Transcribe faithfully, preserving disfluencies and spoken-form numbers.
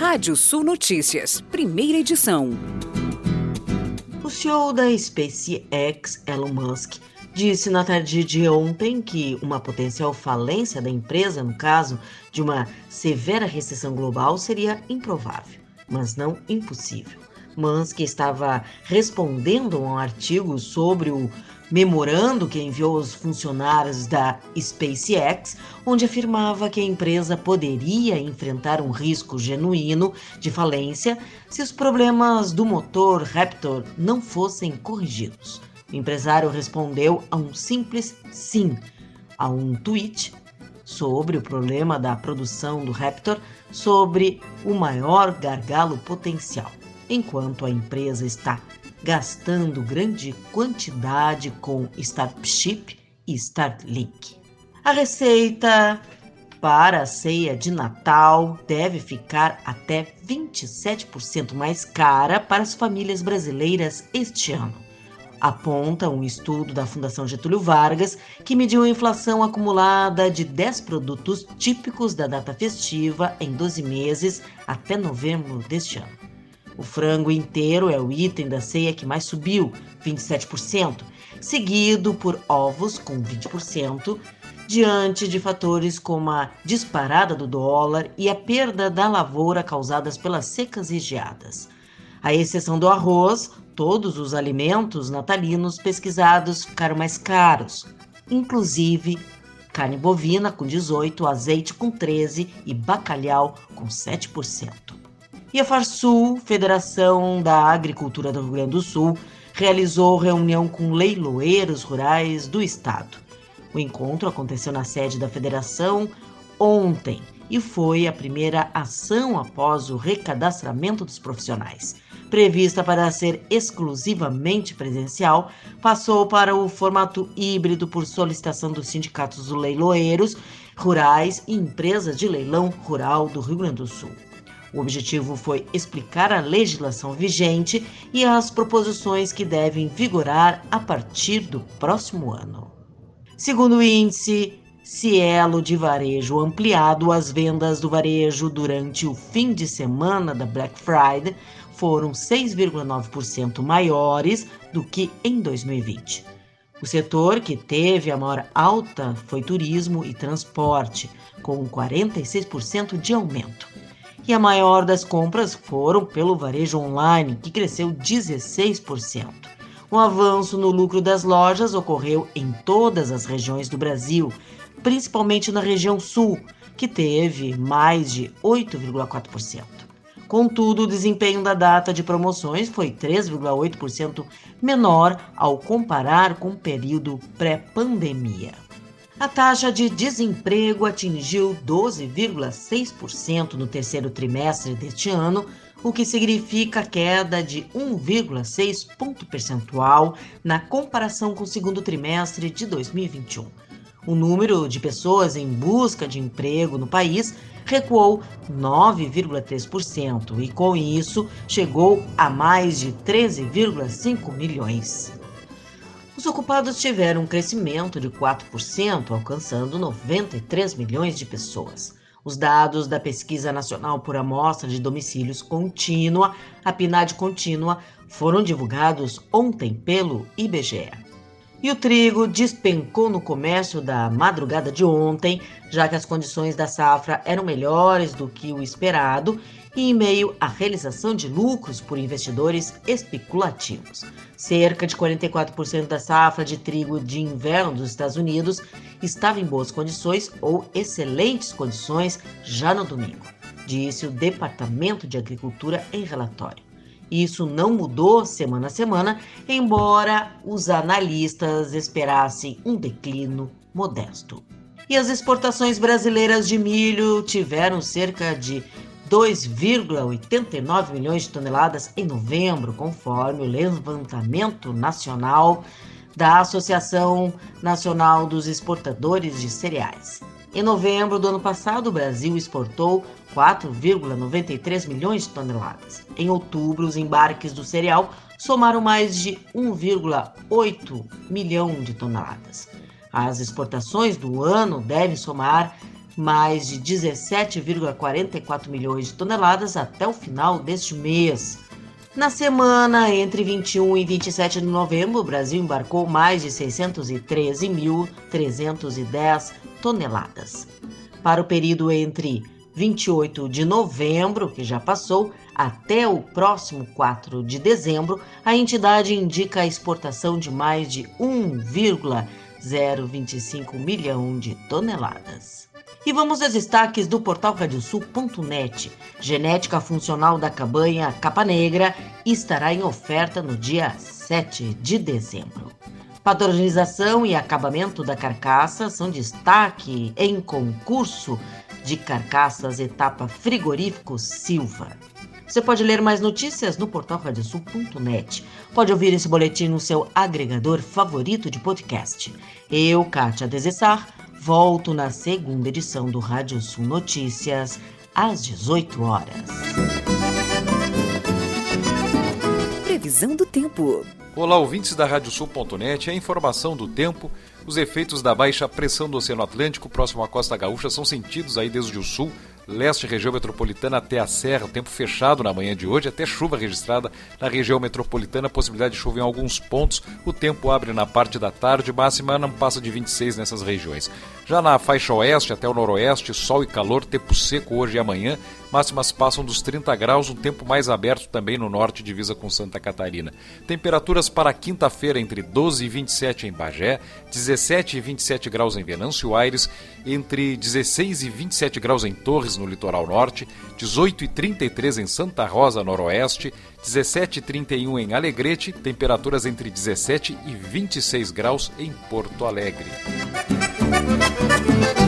Rádio Sul Notícias, primeira edição. O C E O da SpaceX, Elon Musk, disse na tarde de ontem que uma potencial falência da empresa, no caso de uma severa recessão global, seria improvável, mas não impossível. Musk estava respondendo a um artigo sobre o memorando que enviou aos funcionários da SpaceX, onde afirmava que a empresa poderia enfrentar um risco genuíno de falência se os problemas do motor Raptor não fossem corrigidos. O empresário respondeu a um simples sim a um tweet sobre o problema da produção do Raptor, sobre o maior gargalo potencial, enquanto a empresa está gastando grande quantidade com Starship e Starlink. A receita para a ceia de Natal deve ficar até vinte e sete por cento mais cara para as famílias brasileiras este ano, aponta um estudo da Fundação Getúlio Vargas, que mediu a inflação acumulada de dez produtos típicos da data festiva em doze meses até novembro deste ano. O frango inteiro é o item da ceia que mais subiu, vinte e sete por cento, seguido por ovos, com vinte por cento, diante de fatores como a disparada do dólar e a perda da lavoura causadas pelas secas e geadas. À exceção do arroz, todos os alimentos natalinos pesquisados ficaram mais caros, inclusive carne bovina com dezoito por cento, azeite com treze por cento e bacalhau com sete por cento. E a Farsul, Federação da Agricultura do Rio Grande do Sul, realizou reunião com leiloeiros rurais do estado. O encontro aconteceu na sede da federação ontem e foi a primeira ação após o recadastramento dos profissionais. Prevista para ser exclusivamente presencial, passou para o formato híbrido por solicitação dos sindicatos dos leiloeiros rurais e empresas de leilão rural do Rio Grande do Sul. O objetivo foi explicar a legislação vigente e as proposições que devem vigorar a partir do próximo ano. Segundo o índice Cielo de Varejo Ampliado, as vendas do varejo durante o fim de semana da Black Friday foram seis vírgula nove por cento maiores do que em dois mil e vinte. O setor que teve a maior alta foi turismo e transporte, com quarenta e seis por cento de aumento. E a maior das compras foram pelo varejo online, que cresceu dezesseis por cento. Um avanço no lucro das lojas ocorreu em todas as regiões do Brasil, principalmente na região sul, que teve mais de oito vírgula quatro por cento. Contudo, o desempenho da data de promoções foi três vírgula oito por cento menor ao comparar com o período pré-pandemia. A taxa de desemprego atingiu doze vírgula seis por cento no terceiro trimestre deste ano, o que significa queda de um vírgula seis ponto percentual na comparação com o segundo trimestre de dois mil e vinte e um. O número de pessoas em busca de emprego no país recuou nove vírgula três por cento e, com isso, chegou a mais de treze vírgula cinco milhões. Os ocupados tiveram um crescimento de quatro por cento, alcançando noventa e três milhões de pessoas. Os dados da Pesquisa Nacional por Amostra de Domicílios Contínua, a PNAD Contínua, foram divulgados ontem pelo I B G E. E o trigo despencou no comércio da madrugada de ontem, já que as condições da safra eram melhores do que o esperado e em meio à realização de lucros por investidores especulativos. Cerca de quarenta e quatro por cento da safra de trigo de inverno dos Estados Unidos estava em boas condições ou excelentes condições já no domingo, disse o Departamento de Agricultura em relatório. Isso não mudou semana a semana, embora os analistas esperassem um declínio modesto. E as exportações brasileiras de milho tiveram cerca de dois vírgula oitenta e nove milhões de toneladas em novembro, conforme o levantamento nacional da Associação Nacional dos Exportadores de Cereais. Em novembro do ano passado, o Brasil exportou quatro vírgula noventa e três milhões de toneladas. Em outubro, os embarques do cereal somaram mais de um vírgula oito milhão de toneladas. As exportações do ano devem somar mais de dezessete vírgula quarenta e quatro milhões de toneladas até o final deste mês. Na semana entre vinte e um e vinte e sete de novembro, o Brasil embarcou mais de seiscentos e treze mil trezentos e dez toneladas. Para o período entre vinte e oito de novembro, que já passou, até o próximo quatro de dezembro, a entidade indica a exportação de mais de um vírgula zero vinte e cinco milhão de toneladas. E vamos aos destaques do portal radiosul ponto net. Genética funcional da cabanha Capa Negra estará em oferta no dia sete de dezembro. Padronização e acabamento da carcaça são destaque em concurso de carcaças etapa frigorífico Silva. Você pode ler mais notícias no portal radiosul ponto net. Pode ouvir esse boletim no seu agregador favorito de podcast. Eu, Kátia Desessar, volto na segunda edição do Radiosul Notícias, às dezoito horas. Previsão do tempo. Olá, ouvintes da radiosul ponto net. A informação do tempo. Os efeitos da baixa pressão do Oceano Atlântico próximo à costa gaúcha são sentidos aí desde o sul, leste, região metropolitana até a serra. Tempo fechado na manhã de hoje, até chuva registrada na região metropolitana, possibilidade de chuva em alguns pontos. O tempo abre na parte da tarde, máxima não passa de vinte e seis nessas regiões. Já na faixa oeste até o noroeste, sol e calor, tempo seco hoje e amanhã, máximas passam dos trinta graus, um tempo mais aberto também no norte, divisa com Santa Catarina. Temperaturas para quinta-feira entre doze e vinte e sete em Bagé, dezessete e vinte e sete graus em Venâncio Aires, entre dezesseis e vinte e sete graus em Torres, no litoral norte, dezoito e trinta e três em Santa Rosa, noroeste, dezessete e trinta e um em Alegrete, temperaturas entre dezessete e vinte e seis graus em Porto Alegre.